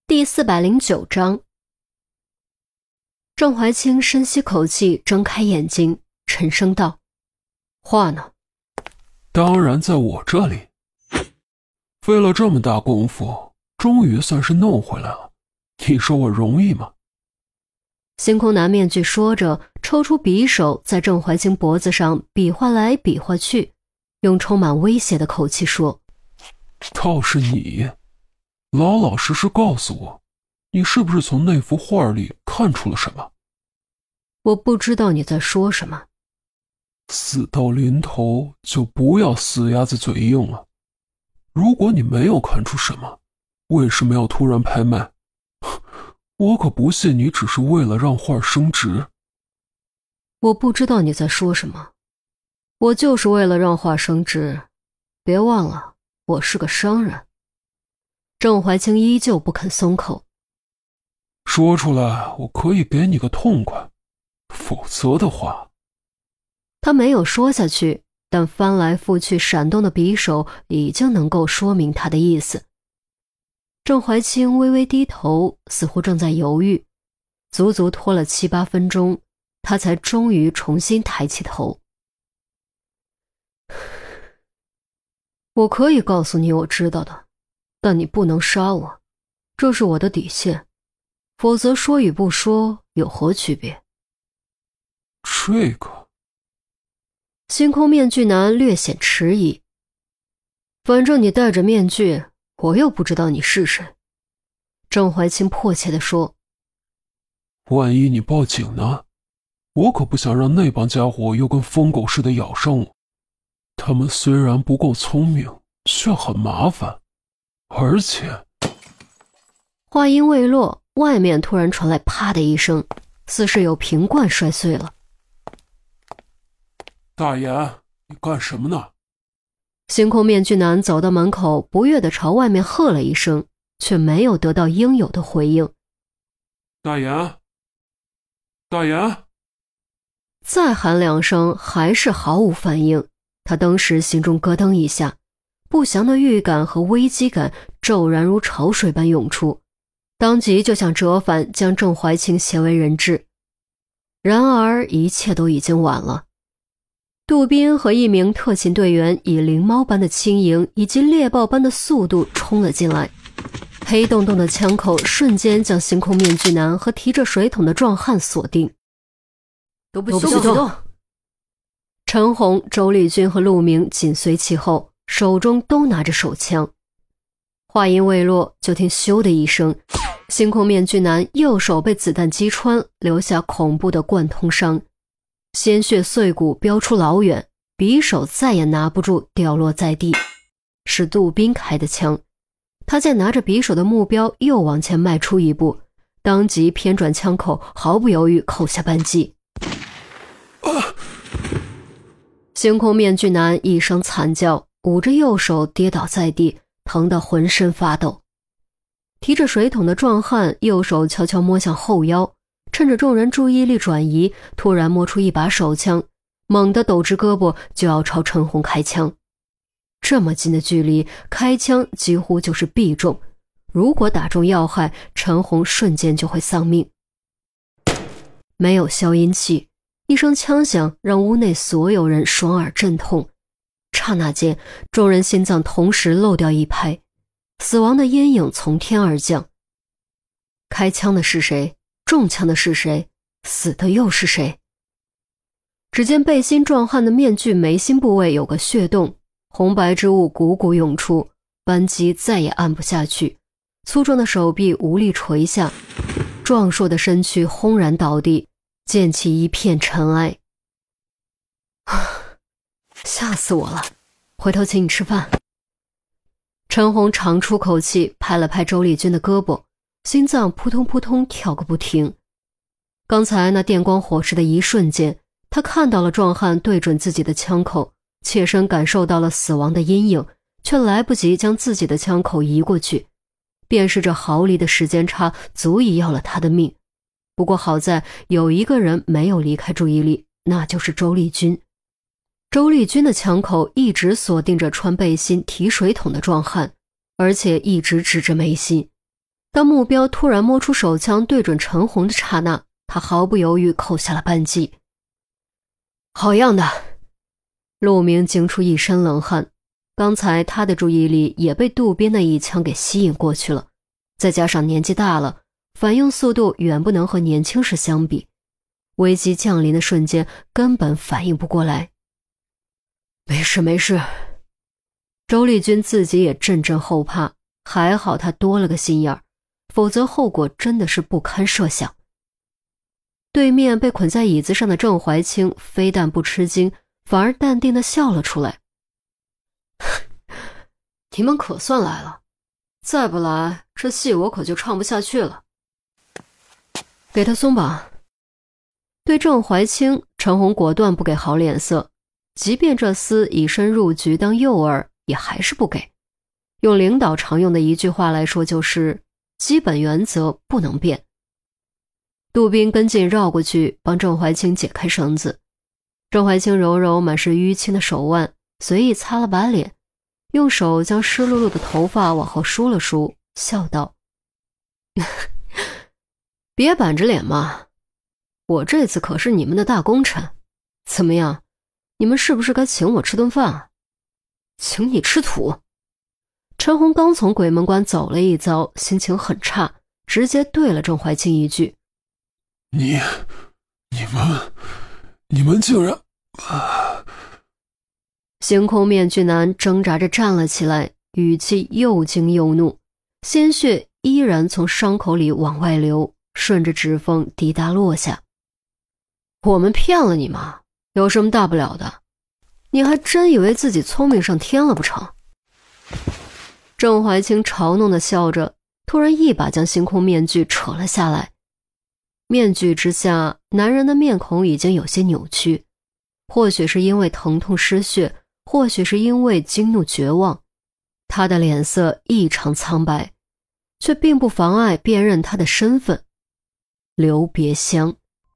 第409章。郑怀清深吸口气，睁开眼睛，沉声道：话呢？ 当然在我这里。费了这么大功夫，终于算是弄回来了，你说我容易吗？ 星空男面具说着，抽出匕首在郑怀清脖子上比划来比划去，用充满威胁的口气说： 倒是你，老老实实告诉我，你是不是从那幅画里看出了什么？ 我不知道你在说什么。 死到临头就不要死鸭子嘴硬了。如果你没有看出什么，为什么要突然拍卖？我可不信你只是为了让画升值。 我不知道你在说什么，我就是为了让画升值。别忘了，我是个商人。郑怀清依旧不肯松口。 说出来我可以给你个痛快，否则的话…… 他没有说下去，但翻来覆去闪动的匕首已经能够说明他的意思。郑怀清微微低头，似乎正在犹豫，足足拖了7、8分钟，他才终于重新抬起头。我可以告诉你我知道的，但你不能杀我，这是我的底线，否则说与不说有何区别？ 这个…… 星空面具男略显迟疑。反正你戴着面具，我又不知道你是谁。郑怀清迫切地说。 万一你报警呢？我可不想让那帮家伙又跟疯狗似的咬上我。他们虽然不够聪明，却很麻烦，而且…… 话音未落，外面突然传来啪的一声，似是有瓶罐摔碎了。 大爷，你干什么呢？ 星空面具男走到门口，不悦地朝外面喝了一声，却没有得到应有的回应。 大爷，大爷！ 再喊2声，还是毫无反应。他当时心中咯噔一下，不祥的预感和危机感骤然如潮水般涌出，当即就想折返将郑怀清挟为人质。然而一切都已经晚了。杜宾和一名特勤队员以灵猫般的轻盈以及猎豹般的速度冲了进来，黑洞洞的枪口瞬间将星空面具男和提着水桶的壮汉锁定。都不许动！陈红、周丽君和陆明紧随其后，手中都拿着手枪。话音未落，就听咻的一声，星空面具男右手被子弹击穿，留下恐怖的贯通伤，鲜血碎骨飙出老远，匕首再也拿不住，掉落在地。是杜宾开的枪，他见拿着匕首的目标又往前迈出一步，当即偏转枪口，毫不犹豫扣下扳机。星空面具男一声惨叫，捂着右手跌倒在地，疼得浑身发抖。提着水桶的壮汉右手悄悄摸向后腰，趁着众人注意力转移，突然摸出一把手枪，猛地抖直胳膊就要朝陈红开枪。这么近的距离，开枪几乎就是必中，如果打中要害，陈红瞬间就会丧命。没有消音器，一声枪响让屋内所有人双耳阵痛，刹那间众人心脏同时漏掉一拍，死亡的阴影从天而降。开枪的是谁？中枪的是谁？死的又是谁？只见背心壮汉的面具眉心部位有个血洞，红白之物汩汩涌出，扳机再也按不下去，粗壮的手臂无力垂下，壮硕的身躯轰然倒地，溅起一片尘埃。吓死我了，回头请你吃饭。陈红长出口气，拍了拍周丽君的胳膊，心脏扑通扑通跳个不停。刚才那电光火石的一瞬间，他看到了壮汉对准自己的枪口，切身感受到了死亡的阴影，却来不及将自己的枪口移过去，便是这毫厘的时间差足以要了他的命。不过好在有一个人没有离开注意力，那就是周丽君。周丽君的枪口一直锁定着穿背心提水桶的壮汉，而且一直指着眉心。 当目标突然摸出手枪对准陈红的刹那，他毫不犹豫扣下了扳机。好样的！陆明惊出一身冷汗，刚才他的注意力也被渡边那一枪给吸引过去了，再加上年纪大了，反应速度远不能和年轻时相比，危机降临的瞬间根本反应不过来。没事没事。周丽君自己也阵阵后怕，还好他多了个心眼儿，否则后果真的是不堪设想。对面被捆在椅子上的郑怀清非但不吃惊，反而淡定地笑了出来。你们可算来了，再不来这戏我可就唱不下去了。给他松绑。对郑怀清，陈红果断不给好脸色，即便这厮以身入局当诱饵，也还是不给。用领导常用的一句话来说，就是基本原则不能变。杜宾跟进绕过去帮郑怀清解开绳子，郑怀清揉揉满是淤青的手腕，随意擦了把脸，用手将湿漉漉的头发往后梳了梳，笑道：别板着脸嘛，我这次可是你们的大功臣，怎么样，你们是不是该请我吃顿饭啊？请你吃土。陈红刚从鬼门关走了一遭，心情很差，直接对了郑怀清一句： 你们竟然…… 星空面具男挣扎着站了起来，语气又惊又怒，鲜血依然从伤口里往外流，顺着指缝滴答落下。我们骗了你吗？有什么大不了的？你还真以为自己聪明上天了不成？郑怀清嘲弄地笑着，突然一把将星空面具扯了下来。面具之下，男人的面孔已经有些扭曲，或许是因为疼痛失血，或许是因为惊怒绝望，他的脸色异常苍白，却并不妨碍辨认他的身份——刘别香。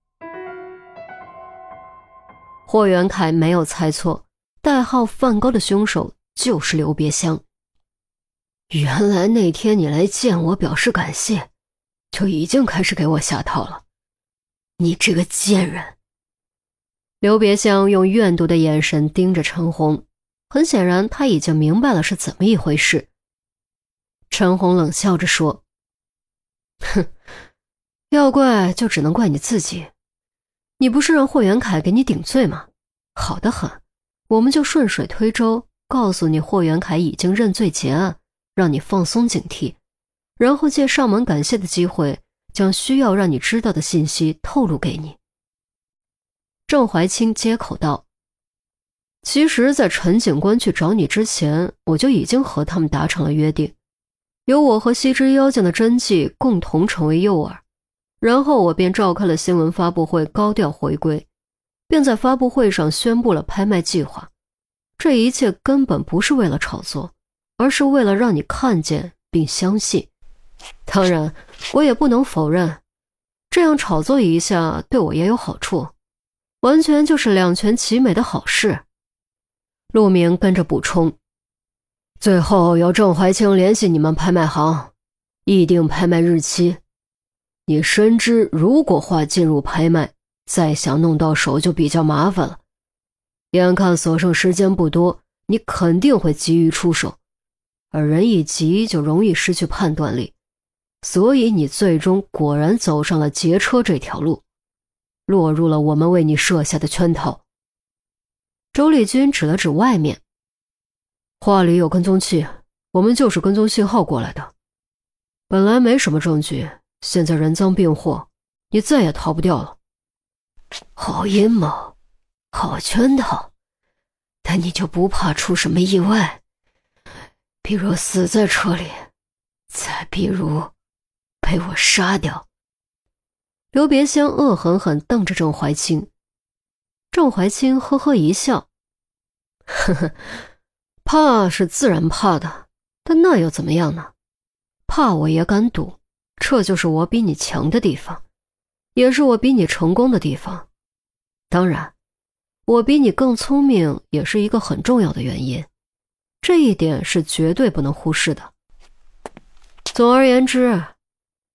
霍元凯没有猜错，代号梵高的凶手就是刘别香。原来那天你来见我表示感谢，就已经开始给我下套了，你这个贱人！刘别香用怨毒的眼神盯着陈红，很显然他已经明白了是怎么一回事。陈红冷笑着说：哼，要怪就只能怪你自己，你不是让霍元凯给你顶罪吗？好得很，我们就顺水推舟，告诉你霍元凯已经认罪结案，让你放松警惕，然后借上门感谢的机会，将需要让你知道的信息透露给你。郑怀清接口道：其实在陈警官去找你之前，我就已经和他们达成了约定，由我和西之妖精的真迹共同成为诱饵，然后我便召开了新闻发布会，高调回归，并在发布会上宣布了拍卖计划。这一切根本不是为了炒作，而是为了让你看见并相信。当然，我也不能否认，这样炒作一下对我也有好处，完全就是两全其美的好事。陆明跟着补充，最后由郑怀清联系你们拍卖行，议定拍卖日期。你深知如果画进入拍卖，再想弄到手就比较麻烦了。眼看所剩时间不多，你肯定会急于出手，而人一急就容易失去判断力，所以你最终果然走上了劫车这条路，落入了我们为你设下的圈套。周丽君指了指外面，画里有跟踪器，我们就是跟踪信号过来的。本来没什么证据，现在人赃并获，你再也逃不掉了。好阴谋，好圈套，但你就不怕出什么意外？比如死在车里，再比如被我杀掉。刘别香恶狠狠瞪着郑怀清。郑怀清呵呵一笑，呵呵，怕是自然怕的，但那又怎么样呢？怕我也敢赌，这就是我比你强的地方，也是我比你成功的地方。当然，我比你更聪明也是一个很重要的原因，这一点是绝对不能忽视的。总而言之，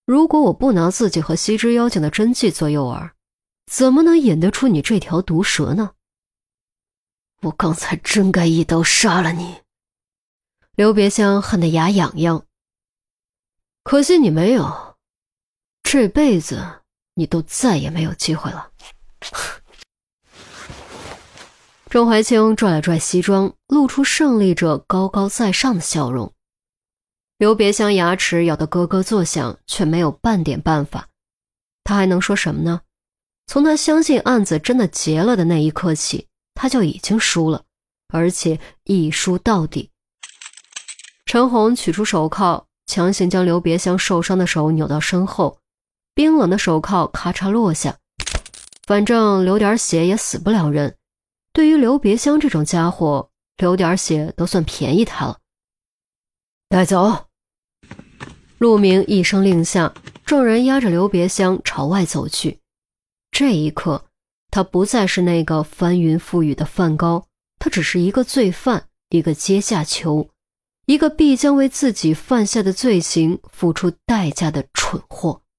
如果我不拿自己和西之妖精的真迹做诱饵，怎么能引得出你这条毒蛇呢？ 我刚才真该一刀杀了你。 刘别香恨得牙痒痒。可惜你没有，这辈子你都再也没有机会了。郑怀清拽了拽西装，露出胜利者高高在上的笑容。刘别香牙齿咬得咯咯作响，却没有半点办法。他还能说什么呢？从他相信案子真的结了的那一刻起，他就已经输了，而且一输到底。陈红取出手铐，强行将刘别香受伤的手扭到身后，冰冷的手铐咔嚓落下。反正流点血也死不了人，对于刘别香这种家伙，流点血都算便宜他了。 带走。 陆明一声令下，众人押着刘别香朝外走去。这一刻，他不再是那个翻云覆雨的梵高，他只是一个罪犯，一个阶下囚，一个必将为自己犯下的罪行付出代价的蠢货。